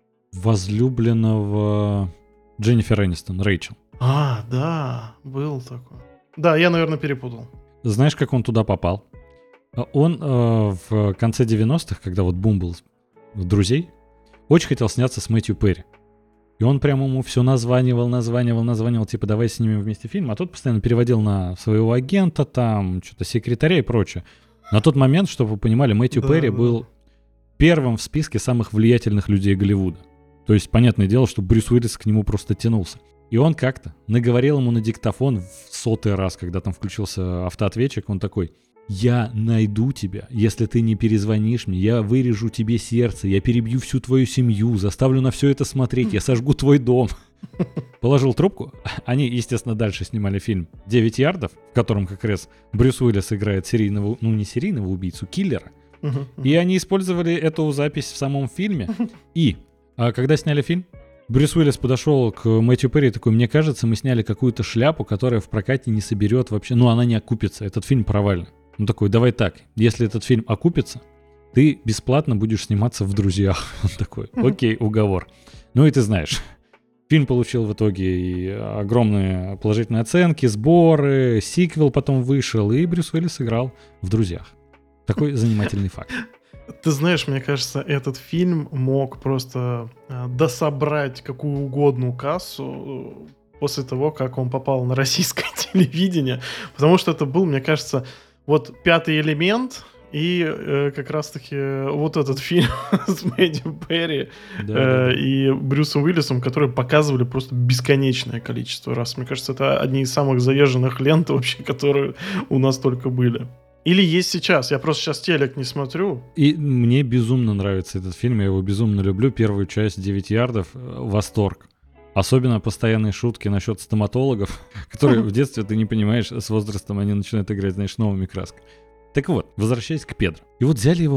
возлюбленного Дженнифер Энистон, Рэйчел. А, да, был такой. Да, я, наверное, перепутал. Знаешь, как он туда попал? Он в конце 90-х, когда вот бум был «Друзей», очень хотел сняться с Мэтью Перри. И он прямо ему все названивал, типа, давай снимем вместе фильм. А тот постоянно переводил на своего агента, там, что-то секретаря и прочее. На тот момент, чтобы вы понимали, Мэтью Перри был первым в списке самых влиятельных людей Голливуда. То есть, понятное дело, что Брюс Уиллис к нему просто тянулся. И он как-то наговорил ему на диктофон в 100-й раз, когда там включился автоответчик, он такой: «Я найду тебя, если ты не перезвонишь мне, я вырежу тебе сердце, я перебью всю твою семью, заставлю на все это смотреть, я сожгу твой дом». Положил трубку. Они, естественно, дальше снимали фильм «9 ярдов», в котором как раз Брюс Уиллис играет серийного, ну не серийного убийцу, киллера. И они использовали эту запись в самом фильме. И когда сняли фильм, Брюс Уиллис подошел к Мэтью Перри и такой: «Мне кажется, мы сняли какую-то шляпу, которая в прокате не соберет вообще, ну она не окупится, этот фильм провальный». Он такой: «Давай так, если этот фильм окупится, ты бесплатно будешь сниматься в «Друзьях». Он такой: «Окей, уговор». Ну и ты знаешь, фильм получил в итоге и огромные положительные оценки, сборы, сиквел потом вышел, и Брюс Уиллис играл в «Друзьях». Такой занимательный факт. Ты знаешь, мне кажется, этот фильм мог просто дособрать какую угодно кассу после того, как он попал на российское телевидение, потому что это был, мне кажется, вот «Пятый элемент» и как раз-таки вот этот фильм с Мэтью Перри и Брюсом Уиллисом, которые показывали просто бесконечное количество раз. Мне кажется, это одни из самых заезженных лент вообще, которые у нас только были. Или есть сейчас. Я просто сейчас телек не смотрю. И мне безумно нравится этот фильм. Я его безумно люблю. Первую часть «9 ярдов» — восторг. Особенно постоянные шутки насчет стоматологов, которые в детстве ты не понимаешь, с возрастом они начинают играть, знаешь, новыми красками. Так вот, возвращаясь к Педро. И вот взяли его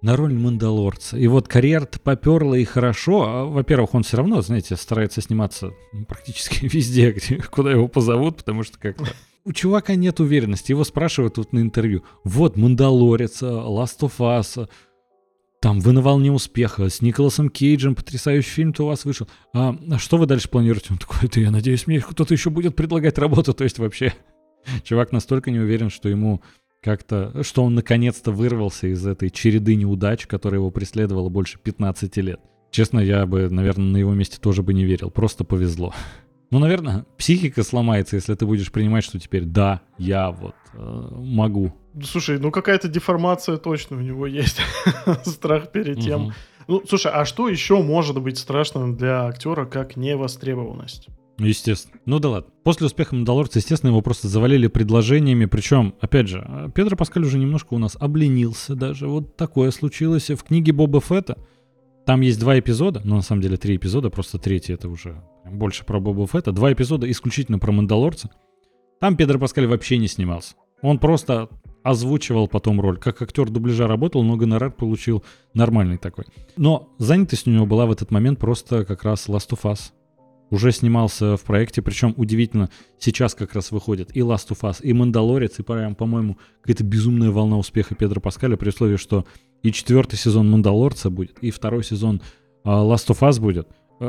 на роль Мандалорца. И вот карьера-то поперла и хорошо. Во-первых, он все равно, знаете, старается сниматься практически везде, куда его позовут, потому что как-то у чувака нет уверенности. Его спрашивают тут на интервью. Вот, Мандалорец, Last of Us, там «Вы на волне успеха», с Николасом Кейджем, потрясающий фильм-то у вас вышел. А что вы дальше планируете? Он такой, это я надеюсь, мне кто-то еще будет предлагать работу. То есть вообще чувак настолько не уверен, что ему как-то, что он наконец-то вырвался из этой череды неудач, которая его преследовала больше 15 лет. Честно, я бы, наверное, на его месте тоже бы не верил. Просто повезло. Ну, наверное, психика сломается, если ты будешь принимать, что теперь да, я вот могу. Слушай, ну какая-то деформация точно у него есть. Страх перед тем. Ну, слушай, а что еще может быть страшным для актера, как невостребованность? Естественно. Ну да ладно. После успеха «Мандалорца», естественно, его просто завалили предложениями. Причем, опять же, Педро Паскаль уже немножко у нас обленился даже. Вот такое случилось в книге Боба Фетта. Там есть 2 эпизода, но на самом деле 3 эпизода, просто третий это уже больше про Боба Фетта. 2 эпизода исключительно про «Мандалорца». Там Педро Паскаль вообще не снимался. Он просто озвучивал потом роль. Как актер дубляжа работал, но гонорар получил нормальный такой. Но занятость у него была в этот момент просто как раз Last of Us. Уже снимался в проекте, причем удивительно, сейчас как раз выходит и Last of Us, и «Мандалорец», и прям, по-моему, какая-то безумная волна успеха Педро Паскаля, при условии, что и 4-й сезон «Мандалорца» будет, и 2-й сезон Last of Us будет.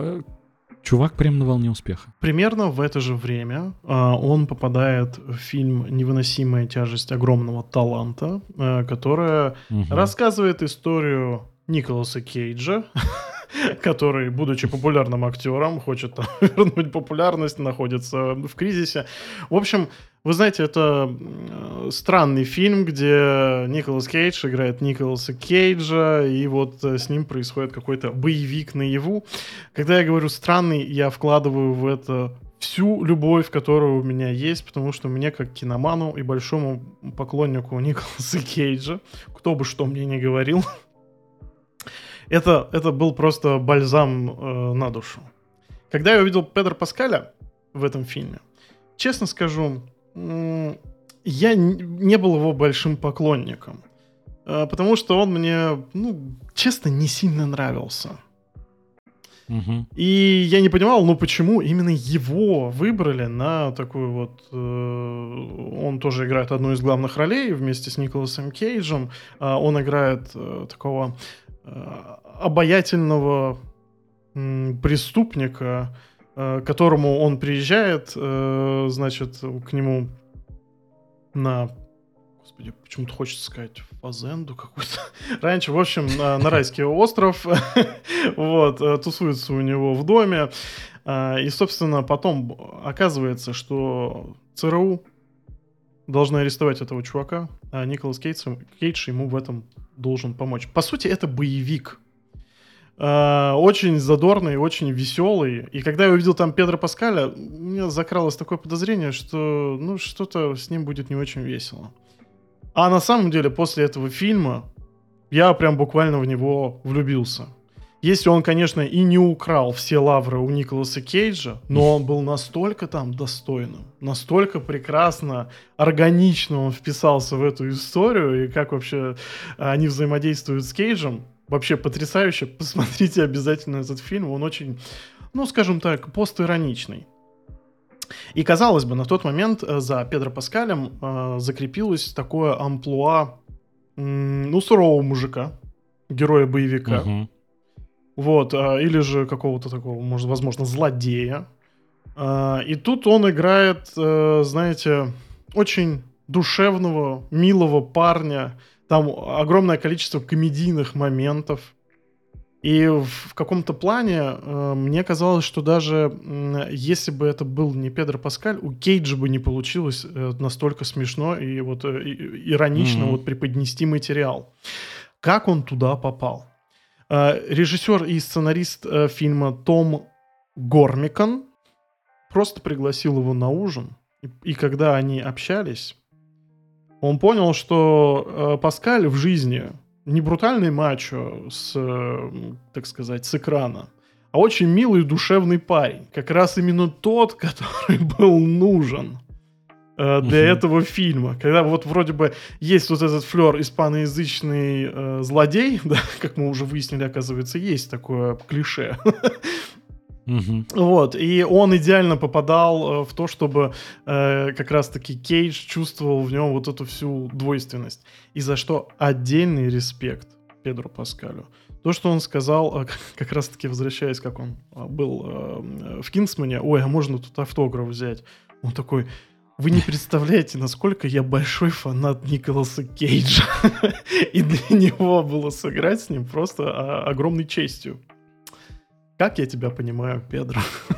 Чувак прям на волне успеха. Примерно в это же время он попадает в фильм «Невыносимая тяжесть огромного таланта», которая рассказывает историю Николаса Кейджа, который, будучи популярным актером, хочет вернуть популярность, находится в кризисе. В общем, вы знаете, это странный фильм, где Николас Кейдж играет Николаса Кейджа, и вот с ним происходит какой-то боевик наяву. Когда я говорю странный, я вкладываю в это всю любовь, которая у меня есть, потому что мне, как киноману и большому поклоннику Николаса Кейджа, кто бы что мне ни говорил, это был просто бальзам на душу. Когда я увидел Педро Паскаля в этом фильме, честно скажу, я не был его большим поклонником, потому что он мне, честно, не сильно нравился. И я не понимал, почему именно его выбрали на такую вот... Он тоже играет одну из главных ролей вместе с Николасом Кейджем. Он играет такого обаятельного преступника, к которому он приезжает, значит, к нему на... Господи, почему-то хочется сказать фазенду какую-то. Раньше, в общем, на райский остров. Вот, тусуется у него в доме. И, собственно, потом оказывается, что ЦРУ должны арестовать этого чувака, а Николас Кейдж ему в этом должен помочь. По сути, это боевик. Очень задорный, очень веселый. И когда я увидел там Педро Паскаля, у меня закралось такое подозрение, что что-то с ним будет не очень весело. А на самом деле, после этого фильма я прям буквально в него влюбился. Если он, конечно, и не украл все лавры у Николаса Кейджа, но он был настолько там достойным, настолько прекрасно, органично он вписался в эту историю, и как вообще они взаимодействуют с Кейджем, вообще потрясающе. Посмотрите обязательно этот фильм, он очень, скажем так, постироничный. И, казалось бы, на тот момент за Педро Паскалем закрепилось такое амплуа, сурового мужика, героя-боевика. Вот, или же какого-то такого, возможно, злодея. И тут он играет, знаете, очень душевного, милого парня. Там огромное количество комедийных моментов. И в каком-то плане мне казалось, что даже если бы это был не Педро Паскаль, у Кейджа бы не получилось настолько смешно и вот иронично вот преподнести материал. Как он туда попал? Режиссер и сценарист фильма Том Гормикан просто пригласил его на ужин. И когда они общались, он понял, что Паскаль в жизни не брутальный мачо так сказать, с экрана, а очень милый душевный парень. Как раз именно тот, который был нужен для этого фильма. Когда вот вроде бы есть вот этот флер испаноязычный злодей, да, как мы уже выяснили, оказывается, есть такое клише. Вот, и он идеально попадал в то, чтобы как раз-таки Кейдж чувствовал в нем вот эту всю двойственность. И за что отдельный респект Педро Паскалю. То, что он сказал, как раз-таки возвращаясь, как он был в «Кингсмане», ой, а можно тут автограф взять? Он такой: вы не представляете, насколько я большой фанат Николаса Кейджа. И для него было сыграть с ним просто огромной честью. Как я тебя понимаю, Педро?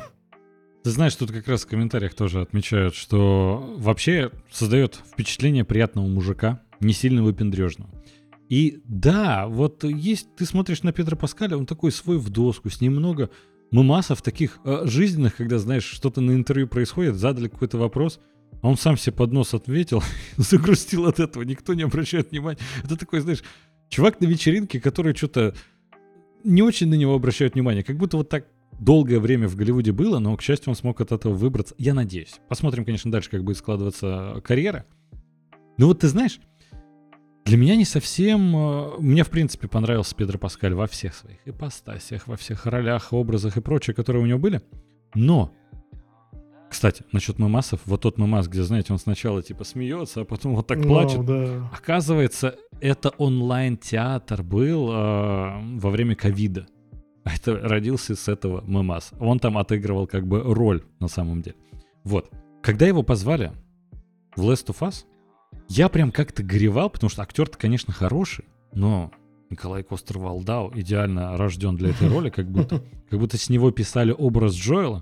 Ты знаешь, тут как раз в комментариях тоже отмечают, что вообще создает впечатление приятного мужика, не сильно выпендрежного. И да, вот есть, ты смотришь на Педро Паскаля, он такой свой в доску, с ним много мемасов таких жизненных, когда, знаешь, что-то на интервью происходит, задали какой-то вопрос, а он сам себе под нос ответил, загрустил от этого, никто не обращает внимания. Это такой, знаешь, чувак на вечеринке, который что-то не очень на него обращают внимание, как будто вот так долгое время в Голливуде было, но, к счастью, он смог от этого выбраться. Я надеюсь. Посмотрим, конечно, дальше, как будет складываться карьера. Но вот ты знаешь, для меня не совсем... Мне, в принципе, понравился Педро Паскаль во всех своих ипостасях, во всех ролях, образах и прочее, которые у него были. Но, кстати, насчет мемасов, вот тот мемас, где, знаете, он сначала типа смеется, а потом вот так плачет. Да. Оказывается, это онлайн-театр был во время ковида. Это родился с этого мемас. Он там отыгрывал как бы роль на самом деле. Вот. Когда его позвали в Last of Us, я прям как-то горевал, потому что актер-то, конечно, хороший, но Николай Костер-Валдау идеально рожден для этой роли, как будто с него писали образ Джоэла.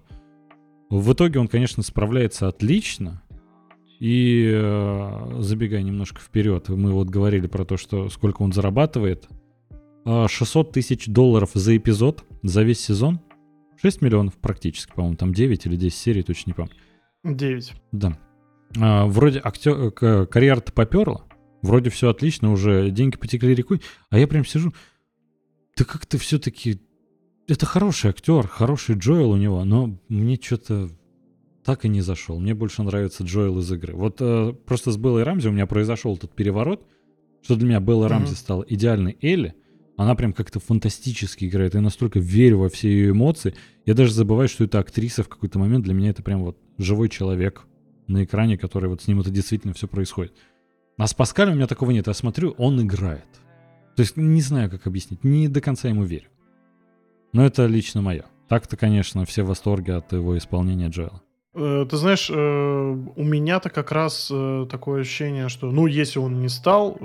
В итоге он, конечно, справляется отлично. И забегая немножко вперед, мы вот говорили про то, что сколько он зарабатывает. $600 тысяч за эпизод, за весь сезон. 6 миллионов практически, по-моему, там 9 или 10 серий, точно не помню. 9. Да. Вроде карьера-то поперла, вроде все отлично, уже деньги потекли рекой, а я прям сижу, да как-то все-таки... Это хороший актер, хороший Джоэл у него, но мне что-то так и не зашел. Мне больше нравится Джоэл из игры. Вот просто с Беллой Рамзи у меня произошел этот переворот, что для меня Белла Рамзи стала идеальной Элли. Она прям как-то фантастически играет. Я настолько верю во все ее эмоции. Я даже забываю, что это актриса в какой-то момент. Для меня это прям вот живой человек на экране, который вот с ним это действительно все происходит. А с Паскалем у меня такого нет. Я смотрю, он играет. То есть не знаю, как объяснить. Не до конца ему верю. Но это лично мое. Так-то, конечно, все в восторге от его исполнения Джоэла. Ты знаешь, у меня-то как раз такое ощущение, что, ну, если он не стал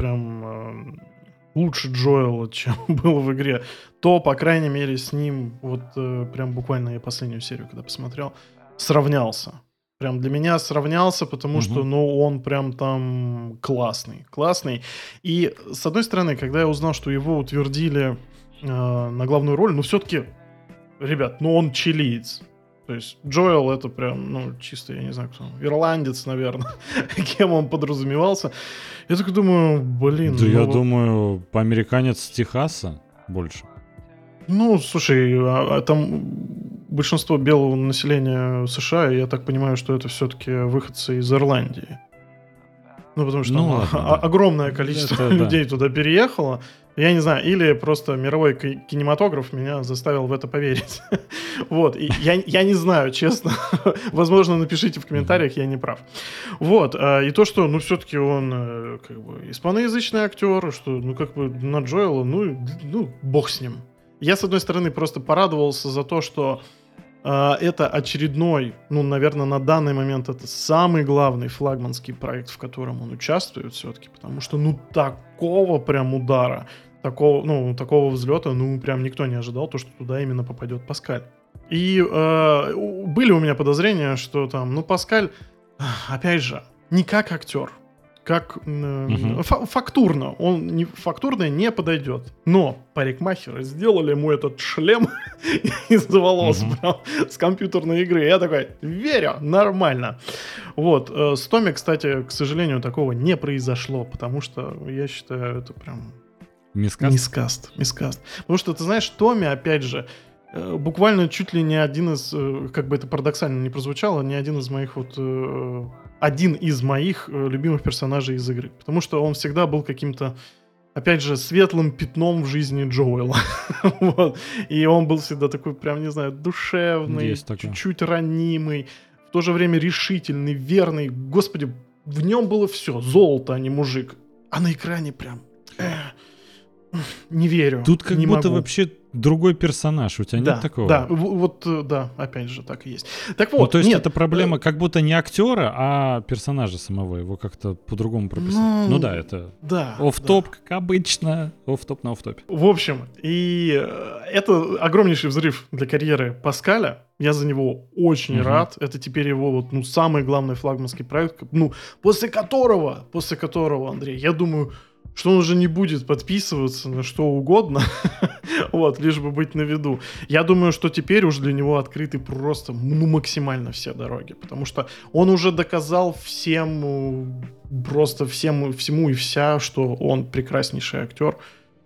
прям лучше Джоэла, чем был в игре, то, по крайней мере, с ним, вот прям буквально я последнюю серию, когда посмотрел, сравнялся. Прям для меня сравнялся, потому что, ну, он прям там классный. И, с одной стороны, когда я узнал, что его утвердили на главную роль, ну, все-таки, ребят, ну, он чилиец. То есть Джоэл это прям, ну, чисто, я не знаю, кто он, ирландец, наверное, кем он подразумевался. Я так думаю, блин. Да, я думаю, американец с Техаса больше. Ну, слушай, там большинство белого населения США, я так понимаю, что это все-таки выходцы из Ирландии. Ну, потому что огромное количество людей туда переехало. Я не знаю, или просто мировой кинематограф меня заставил в это поверить. Вот, и я не знаю, честно. Возможно, напишите в комментариях, я не прав. Вот, и то, что, ну, все-таки он как бы испаноязычный актер, что, ну, как бы на Джоэла, ну, бог с ним. Я, с одной стороны, просто порадовался за то, что это очередной, ну, наверное, на данный момент это самый главный флагманский проект, в котором он участвует все-таки, потому что, ну, такого прям удара, такого взлета, ну, прям никто не ожидал, то, что туда именно попадет Паскаль. И были у меня подозрения, что там, ну, Паскаль, опять же, не как актер, как фактурно, он фактурно не подойдет. Но парикмахеры сделали ему этот шлем из волос прям, с компьютерной игры. Я такой, верю, нормально. Вот. С Томми, кстати, к сожалению, такого не произошло, потому что я считаю, это прям... Мискаст. Потому что, ты знаешь, Томми, опять же, буквально чуть ли не один из, как бы это парадоксально не прозвучало, не один из моих любимых персонажей из игры. Потому что он всегда был каким-то, опять же, светлым пятном в жизни Джоэла. Вот. И он был всегда такой, прям, не знаю, душевный, чуть-чуть ранимый, в то же время решительный, верный. Господи, в нем было все. Золото, а не мужик. А на экране прям... не верю. Тут как не будто могу. вообще другой персонаж. У тебя нет такого? Да, опять же, так и есть. Так вот, ну, то есть это проблема как будто не актера, а персонажа самого. Его как-то по-другому прописать. Ну да, это офф-топ, как обычно. Офф-топ на офф-топе. В общем, и это огромнейший взрыв для карьеры Паскаля. Я за него очень рад. Это теперь его самый главный флагманский проект. После которого, Андрей, я думаю, что он уже не будет подписываться на что угодно, вот, лишь бы быть на виду. Я думаю, что теперь уже для него открыты просто максимально все дороги, потому что он уже доказал всем, всему и вся, что он прекраснейший актер.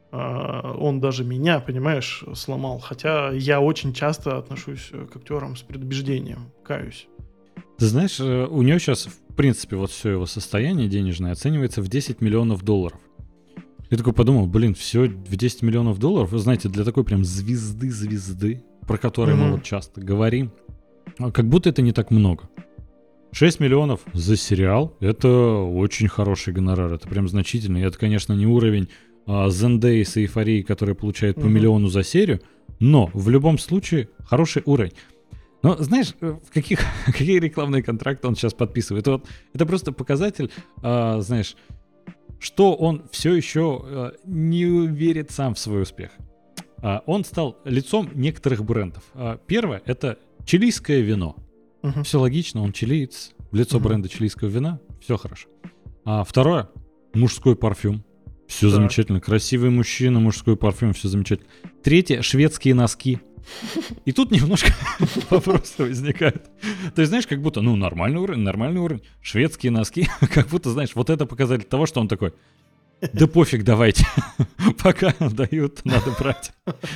Он даже меня, понимаешь, сломал. Хотя я очень часто отношусь к актерам с предубеждением, каюсь. Ты знаешь, у него сейчас, в принципе, вот все его состояние денежное оценивается в $10 миллионов. Я такой подумал, все в $10 миллионов, вы знаете, для такой прям звезды, про которой мы вот часто говорим, как будто это не так много. 6 миллионов за сериал — это очень хороший гонорар, это прям значительно. И это, конечно, не уровень Зендеи с Эйфорией, которая получает по миллиону за серию, но в любом случае хороший уровень. Но знаешь, какие рекламные контракты он сейчас подписывает? Это просто показатель, знаешь, что он все еще не верит сам в свой успех. Он стал лицом некоторых брендов. Первое — это чилийское вино. Все логично, он чилиец, лицо бренда чилийского вина, все хорошо. Второе — мужской парфюм. Все замечательно. Красивый мужчина, мужской парфюм, все замечательно. Третье — шведские носки. И тут немножко вопросы возникают. То есть, знаешь, как будто, нормальный уровень. Шведские носки, как будто, знаешь, вот это показатель того, что он такой, да пофиг, давайте. Пока дают, надо брать.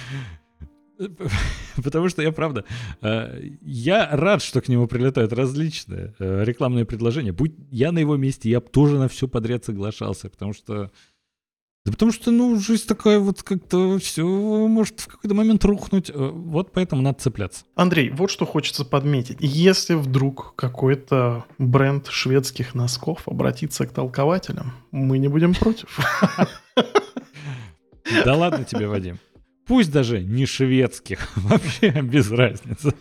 Потому что я рад, что к нему прилетают различные рекламные предложения. Будь я на его месте, я бы тоже на все подряд соглашался, потому что жизнь такая вот как-то все может в какой-то момент рухнуть. Вот поэтому надо цепляться. Андрей, вот что хочется подметить. Если вдруг какой-то бренд шведских носков обратится к толкователям, мы не будем против. Да ладно тебе, Вадим. Пусть даже не шведских, вообще без разницы.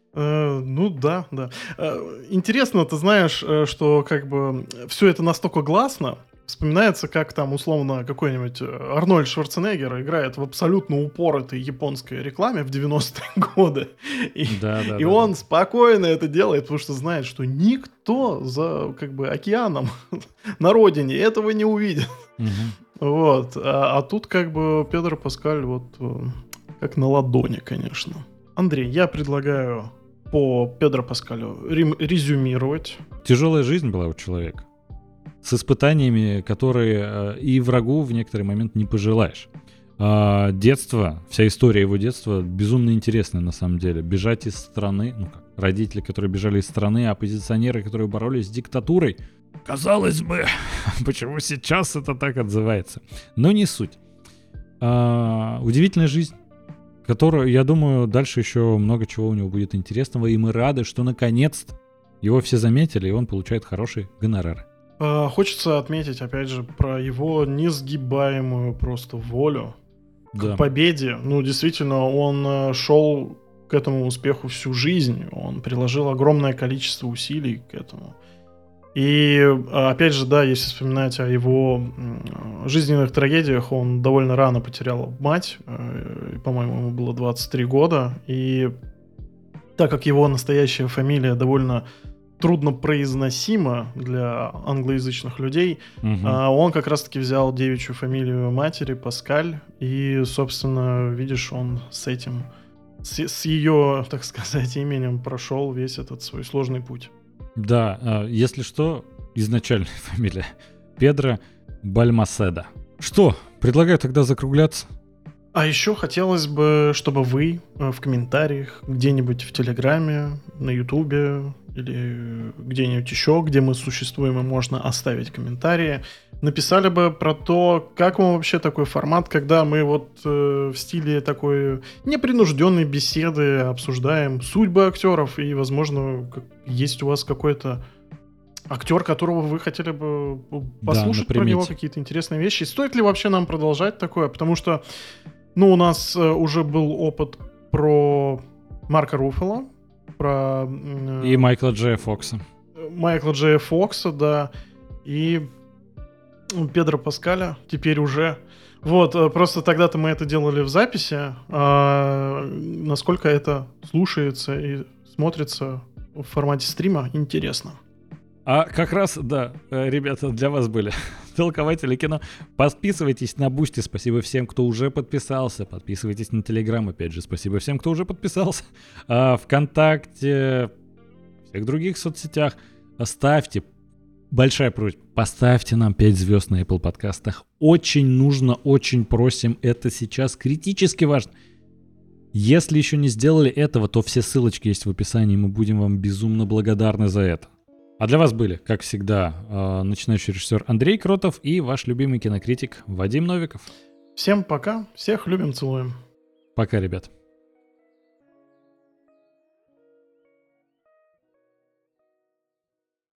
Да. Интересно, ты знаешь, что как бы все это настолько гласно. Вспоминается, как там, условно, какой-нибудь Арнольд Шварценеггер играет в абсолютно упоротой японской рекламе в 90-е годы. И он спокойно это делает, потому что знает, что никто за океаном на родине этого не увидит. Вот. А тут как бы Педро Паскаль как на ладони, конечно. Андрей, я предлагаю по Педро Паскалю резюмировать. Тяжелая жизнь была у человека. С испытаниями, которые и врагу в некоторый момент не пожелаешь. Детство, вся история его детства безумно интересная на самом деле. Бежать из страны, родители, которые бежали из страны, оппозиционеры, которые боролись с диктатурой. Казалось бы, почему сейчас это так отзывается? Но не суть. Удивительная жизнь, которую, я думаю, дальше еще много чего у него будет интересного, и мы рады, что наконец-то его все заметили, и он получает хорошие гонорары. Хочется отметить, опять же, про его несгибаемую просто волю к победе. Действительно, он шел к этому успеху всю жизнь. Он приложил огромное количество усилий к этому. И, опять же, если вспоминать о его жизненных трагедиях, он довольно рано потерял мать. По-моему, ему было 23 года. И так как его настоящая фамилия довольно труднопроизносимо для англоязычных людей, он как раз-таки взял девичью фамилию матери, Паскаль, и, собственно, видишь, он с ее, так сказать, именем прошел весь этот свой сложный путь. Да, если что, изначальная фамилия Педро Бальмаседа. Что, предлагаю тогда закругляться? А еще хотелось бы, чтобы вы в комментариях где-нибудь в Телеграме, на Ютубе или где-нибудь еще, где мы существуем и можно оставить комментарии, написали бы про то, как вам вообще такой формат, когда мы вот в стиле такой непринужденной беседы обсуждаем судьбы актеров и, возможно, есть у вас какой-то актер, которого вы хотели бы послушать про него, какие-то интересные вещи. Стоит ли вообще нам продолжать такое? Потому что у нас уже был опыт про Марка Руффало, про... И Майкла Джея Фокса. Майкла Джея Фокса, да. И Педро Паскаля теперь уже. Вот, просто тогда-то мы это делали в записи. Насколько это слушается и смотрится в формате стрима, интересно. А как раз, да, ребята, для вас были толкователи кино. Подписывайтесь на Бусти, спасибо всем, кто уже подписался. Подписывайтесь на Телеграм, опять же, спасибо всем, кто уже подписался. ВКонтакте, всех других соцсетях. Ставьте, большая просьба, поставьте нам 5 звезд на Apple подкастах. Очень нужно, очень просим, это сейчас критически важно. Если еще не сделали этого, то все ссылочки есть в описании, мы будем вам безумно благодарны за это. А для вас были, как всегда, начинающий режиссер Андрей Кротов и ваш любимый кинокритик Вадим Новиков. Всем пока, всех любим, целуем. Пока, ребят.